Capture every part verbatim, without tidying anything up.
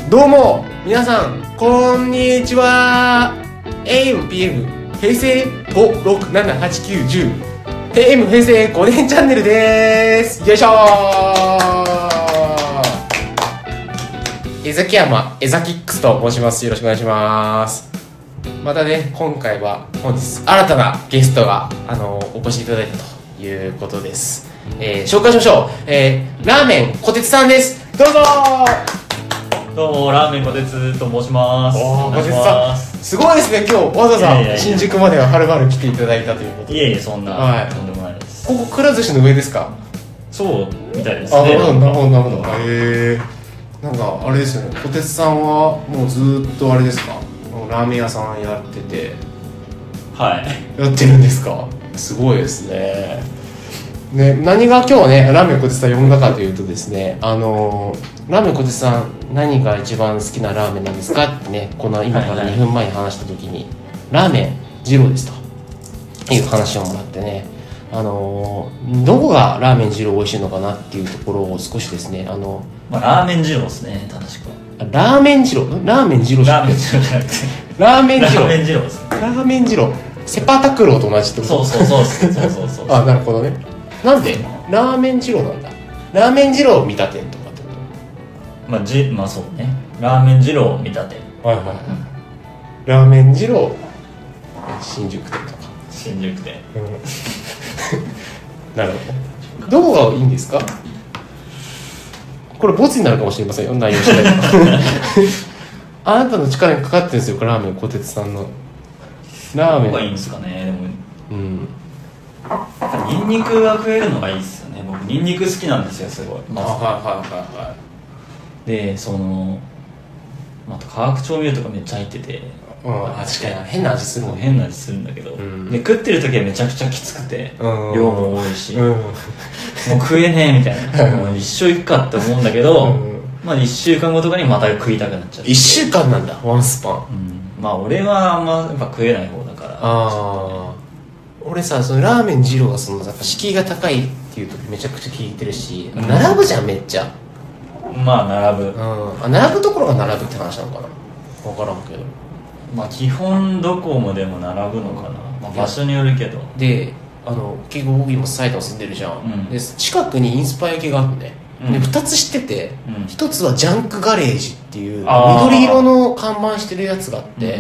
どうも皆さんこんにちは。 エーエム ピーエム 平成ご、ろく、なな、はち、きゅう、じゅう エーエム 平成ごねんチャンネルでーす。よいしょー。江崎山江崎ックスと申します。よろしくお願いします。またね、今回は本日新たなゲストがあのお越しいただいたということです。えー、紹介しましょう。えー、ラーメンこてつさんです。どうぞー。 どうもラーメンこてつと申します。 おー、こてつさんすごいですね。今日わざわざ新宿までははるばる来ていただいたということで。 いえいえ、そんな、はい、とんでもないです。 ここくら寿司の上ですか？ そうみたいですね。 あ、なるほどなるほどなるほど。へえ。なんかあれですよね、こてつさんはもうずっとあれですか、ラーメン屋さんやってて。 はいやってるんですか？すごいですね。ね、何が今日ねラーメンこてつさん呼んだかというとですね、あのー、ラーメンこてつさん何が一番好きなラーメンなんですかってね、この今からにふんまえに話した時に、はいはい、ラーメン二郎ですという話をもらってね、あのー、どこがラーメン二郎美味しいのかなっていうところを少しですね、あの、 まあ、ラーメン二郎ですね、正しくは。 ラーメン二郎ラーメン二郎ラーメン二郎じゃなくてラーメン二郎ラーメン二郎です。 ラーメン二郎セパタクローと同じってこと？ そうそうそうそうそうそうあ、なるほどね。なんでラーメン二郎なんだ。ラーメン二郎見立てとかってこと？ まあじまあそうね、ラーメン二郎見立て。 はいはいはい。ラーメン二郎新宿店とか。 新宿店。 うん、なるほど。どこがいいんですか？これボツになるかもしれませんよ、内容次第で。あなたの力にかかってるんですよ、ラーメンこてつさんの。ラーメン。 どこがいいんですかね。でも。 うん。 ニンニクが食えるのがいいですよね。僕ニンニク好きなんですよ、すごい。 まず、あ、はいはいはいはい。 で、そのまた化学調味料とかめっちゃ入ってて、 うん、確かに変な味するもん、 ね、変な味するんだけど、うん、で食ってる時はめちゃくちゃきつくて、うん、量も多いし、うん、もう食えねえみたいなもう一生いくかって思うんだけど、うん、まあいっしゅうかんごとかにまた食いたくなっちゃう。 いっしゅうかんなんだ、ワンスパン、うん、 まあ俺はあんまやっぱ食えない方だから。 ああ、俺さ、そのラーメン二郎がそのやっぱ敷居が高いっていうとめちゃくちゃ聞いてるし、うん、並ぶじゃんめっちゃ。 まあ並ぶ、 うん、あ、並ぶところが並ぶって話なのかな、分からんけど。 まあ基本どこもでも並ぶのかな、まあ、場所によるけど。 で、あの結構僕今埼玉住んでるじゃん、うん、で近くにインスパイ焼きがあってね、うん、でふたつ知ってて、うん、ひとつはジャンクガレージっていう緑色の看板してるやつがあって、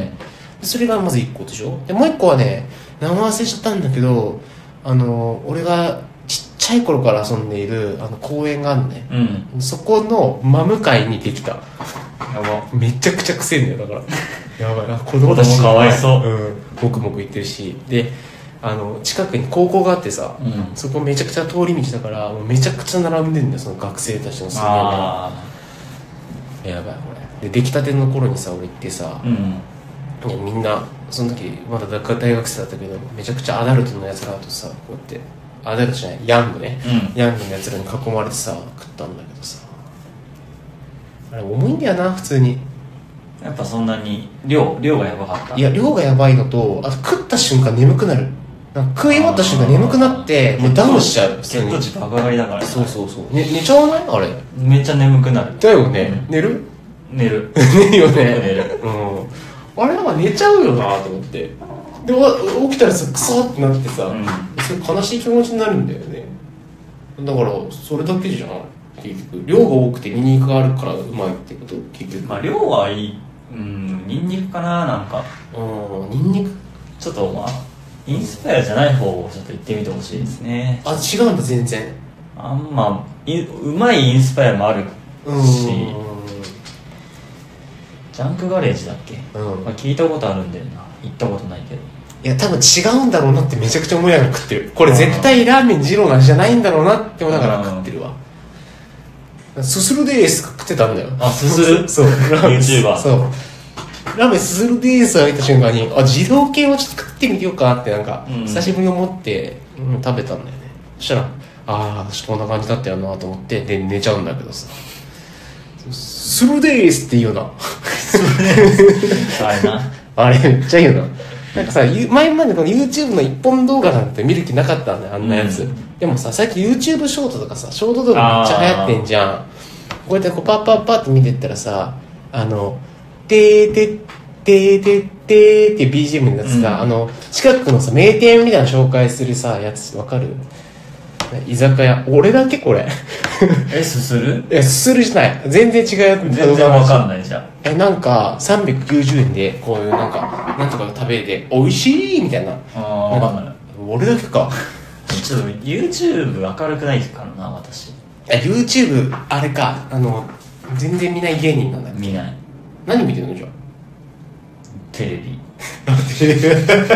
うん、それがまずいっこでしょ。でもういっこはね、名前忘れちゃったんだけど、あの俺がちっちゃい頃から遊んでいるあの公園があるね、うん、そこの真向かいにできた。やば、めちゃくちゃくせえんだよ、だからやばいな、子供たちかわいそう、 うん、もくもく言ってるし、であの近くに高校があってさ、うん、そこめちゃくちゃ通り道だからもうめちゃくちゃ並んでんだよ、その学生たちのすげえね。やばいこれで、出来たての頃にさ俺行ってさ、うん、いやみんなその時まだ大学生だったけど、めちゃくちゃアダルトのやつらとさ、こうやってアダルトじゃないヤングね、うん、ヤングのやつらに囲まれてさ食ったんだけどさ、あれ重いんだよな普通に。 やっぱそんなに量量がやばかった？ いや、量がやばいのと、あと食った瞬間眠くなる。なんか食い終わった瞬間眠くなってもうダウンしちゃう。 血糖値爆上がりだから、ね、 そうそうそう、ね、寝ちゃわないあれ。 めっちゃ眠くなる。 だよね、うん、寝る寝る寝るよね。 寝る、 うん、あれなんか寝ちゃうよなと思って、で起きたらさクソってなってさ、うん、それ悲しい気持ちになるんだよね。だからそれだけじゃん結局。量が多くてニンニクがあるからうまいってこと。結局まあ量はいい。うん、ニンニクかな、なんか。 うん、ニンニクちょっとまあインスパイアじゃない方をちょっと言ってみてほしいですね。 あ、違うんだ全然。 あんまうまいインスパイアもあるし、ジャンクガレージだっけ、うん、まあ、聞いたことあるんだよな、行ったことないけど。 いや多分違うんだろうなってめちゃくちゃ思いながら食ってる。これ絶対ラーメン二郎の味じゃないんだろうなって思いながら食ってるわ。すするでーす食ってたんだよ。 あ、すするそう、 ラーメン YouTuber。 そう、ラーメンすするでーすが入った瞬間に、あ、二郎系をちょっと食ってみてようかってなんか、うん、久しぶりに思って、うん、食べたんだよね。そしたらああこんな感じだったよなと思って、で寝ちゃうんだけどさ、するでーすって言うよな。 するでーすあれな、 あれめっちゃ言うな。なんかさ、前までこの YouTube の一本動画なんて見る気なかったんだよ、あんなやつ、うん、でもさ、最近 YouTube ショートとかさ、ショート動画めっちゃ流行ってんじゃん。こうやってこうパッパッパって見てったらさ、 あのてーてってーてってーっていう ビージーエム のやつが、うん、あの近くのさ名店みたいな紹介するさやつわかる？居酒屋。俺だけこれえすする？ えすするじゃない、全然違うやつ。 全然わかんないじゃん。 えなんかさんびゃくきゅうじゅうえんでこういうなんかなんとか食べれて美味しいみたいな。 ああわかんない。 俺だけか。 ちょっと YouTube 明るくないからな私。 え YouTube あれか、あの全然見ない芸人なんだっけ？ 見ない。 何見てるのじゃあ？ テレビテレビ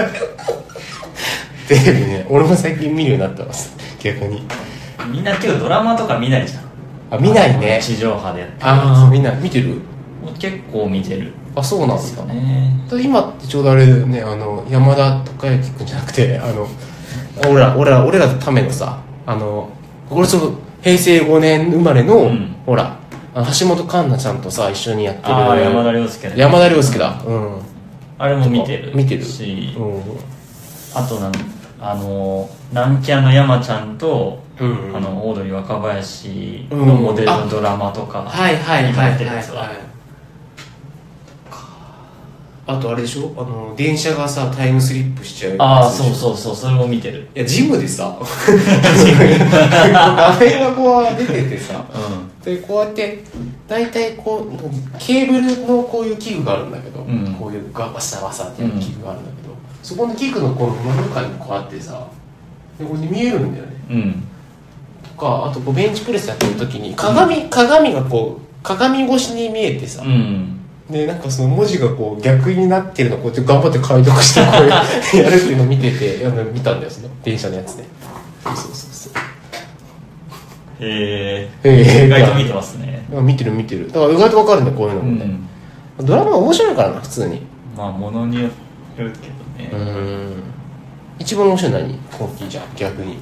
テレビね、俺も最近見るようになってます。逆にみんな今日ドラマとか見ないじゃん。 あ見ないね、 地上波でやってる。 ああみんな見てる？ 結構見てる。 あそうなんですかね。 今ってちょうどあれだよね、あの山田孝之君じゃなくて、あの俺ら俺ら俺らのためのさ、あの俺その平成ごねん生まれの、うん、ほらあの橋本環奈ちゃんとさ一緒にやってる。 ああ山田涼介ね。 山田涼介だ。うん。 あれも見てる。 見てるし、 うん、 あとなんあの南キャンの山ちゃんと、 うんうん、 あのオードリー若林のモデルのドラマとか、 うん、はいはいはいはい、 はい、 あとあれでしょ、あの電車がさタイムスリップしちゃう。 ああそうそうそう、それも見てる。 いやジムでさ画面がこう出ててさ、うん、でこうやって大体こうケーブルのこういう器具があるんだけど、うん、こういうガバサバサっていう器具があるんだけど、うん、そこの器具のこの真ん中にこうあってさ、でこれで見えるんだよね、 うん、 とかあとこうベンチプレスやってる時に鏡、うん、鏡がこう鏡越しに見えてさ、 うんでなんかその文字がこう逆になってるのをこうやって頑張って解読してこうやるっていうのを見てて見たんだよ、その電車のやつで。そうそうそう。 へえ。意外と見てますね。 見てる見てる。だから意外とわかるんだよこういうのもね、うん。ドラマ面白いからな普通に。 まあものによるけどね。 うん。一番面白いの何？コッキーじゃん逆に。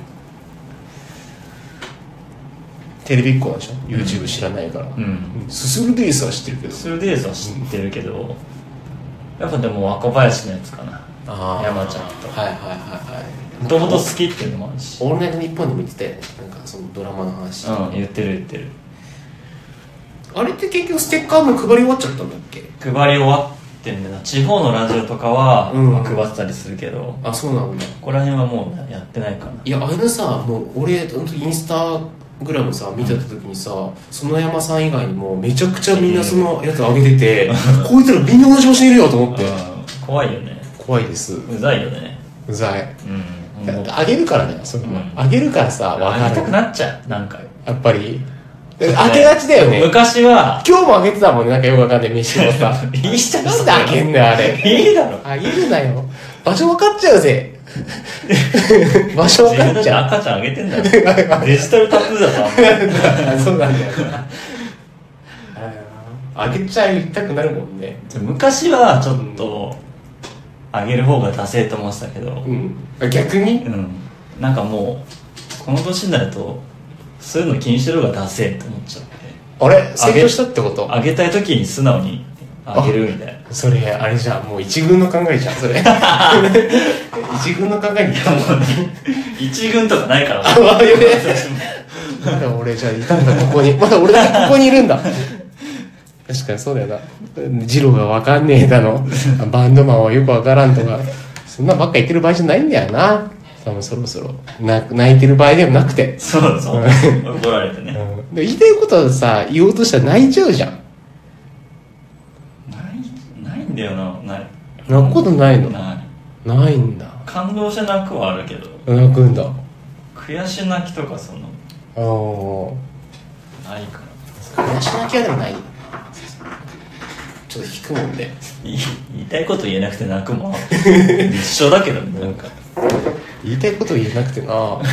テレビっ子なんでしょ YouTube 知らないから、うん、ススルデースは知ってるけどススルデースは知ってるけど、うん、やっぱでも若林のやつかな。あ山ちゃんとはいはいはいはいもともと好きっていうのもあるし、 オールナイトニッポンでも言ってたよね、なんかそのドラマの話。 うん言ってる言ってる。 あれって結局ステッカーも配り終わっちゃったんだっけ？ 配り終わってんだな。地方のラジオとかは、うんまあ、配ってたりするけど、 あそうなんだ。ここら辺はもうやってないかな。 いやあれのさ、もう俺インスタグラムさ見てた時にさ、うん、園山さん以外にもめちゃくちゃみんなそのやつ上げてて、こういったらみんな同じ調子にいるよと思って。 怖いよね。 怖いです。 うざいよね。 うざい。 うん。 上げるからね、それも、うん、上げるからさ、 分かりたくなっちゃう。なんかやっぱり上げがちだよね。 昔は今日も上げてたもんね、なんかよくわかんない飯をさ。 いいじゃん。 なんで上げんだよあれ。 いいだろ。 上げるなよ。場所分かっちゃうぜ。場所分かっちゃう。 赤ちゃんあげてんだよ。デジタルタトゥーだぞ。そうなんだよな。あげちゃいたくなるもんね。 昔はちょっとあげる方がダセーと思ってたけど、 うん、逆に、 うん、なんかもうこの年になるとそういうの気にしてる方がダセーと思っちゃって。あれ成長したってこと？ あげたい時に素直にあげるみたいな。それあれじゃん、もう一軍の考えじゃんそれ。一軍の考えにいたもんね。 一軍とかないから。 あ、まだ俺じゃあいたんだここに。まだ俺だけここにいるんだ。確かにそうだよな。ジローが分かんねえだの、バンドマンはよく分からんとか、そんなばっか言ってる場合じゃないんだよな。多分そろそろな泣いてる場合でもなくて。 そうそう。怒られてね。 うん、で言いたいことはさ言おうとしたら泣いちゃうじゃん。 ないないんだよな。ない。 泣くことないの？ ない。 ないんだ。 感動して泣くはあるけど。 泣くんだ。 悔し泣きとかその。 ああ。 ないから。 悔し泣きはでもない。ちょっと引くもんね。 言いたいこと言えなくて泣くもん一緒だけどね。なんか言いたいこと言えなくてな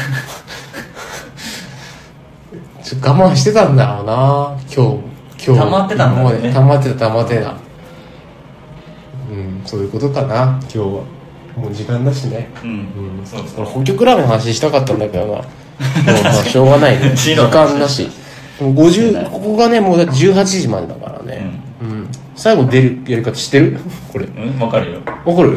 ちょっと我慢してたんだろうな。今日今日溜まってたんだろうね。 溜まってた溜まってた。うんそういうことかな。今日はもう時間だしね。 うん、うん、そうそう。 俺北極ラーメンの話したかったんだけどな。もうまあしょうがないね。時間だし。ごじゅうここがねもうだってじゅうはちじまでだからね。うん。うん、最後出るやり方知ってる？これ。 うん分かるよ。 分かる？うん。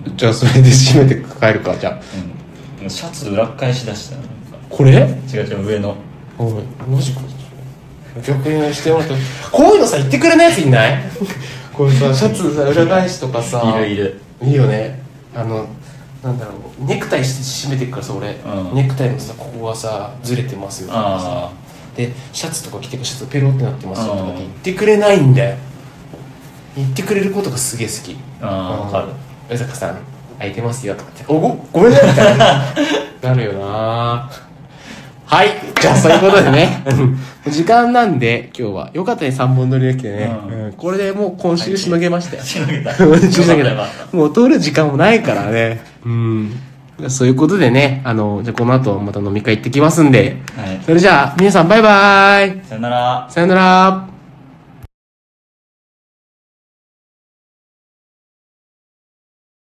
じゃあそれで締めて帰るかじゃあ。 うん。シャツ裏返し出したよ。 これ？ 違う違う上の。 おいマジか。 逆にしてもらってこういうのさ言ってくれないやついないこういうさシャツさ裏返しとかさいるいるいいよね。あのなんだろうネクタイして締めてくからさ俺、うん、ネクタイのさここがさずれてますよとかさでシャツとか着てくシャツペロってなってますよとかって言ってくれないんだよ。言ってくれることがすげえ好き。 ああ分かる。 江坂さん空いてますよとかっておごごめんねみたいななるよな。はいじゃあそういうことでね時間なんで今日はよかったねさんぼん撮りできてね、うんうん、これでもう今週しのげましたよ。 しのげたしのげたもう撮る時間もないからね。うんそういうことでねあのじゃあこの後また飲み会行ってきますんで、はい、それじゃあ皆さんバイバイさよならさよなら。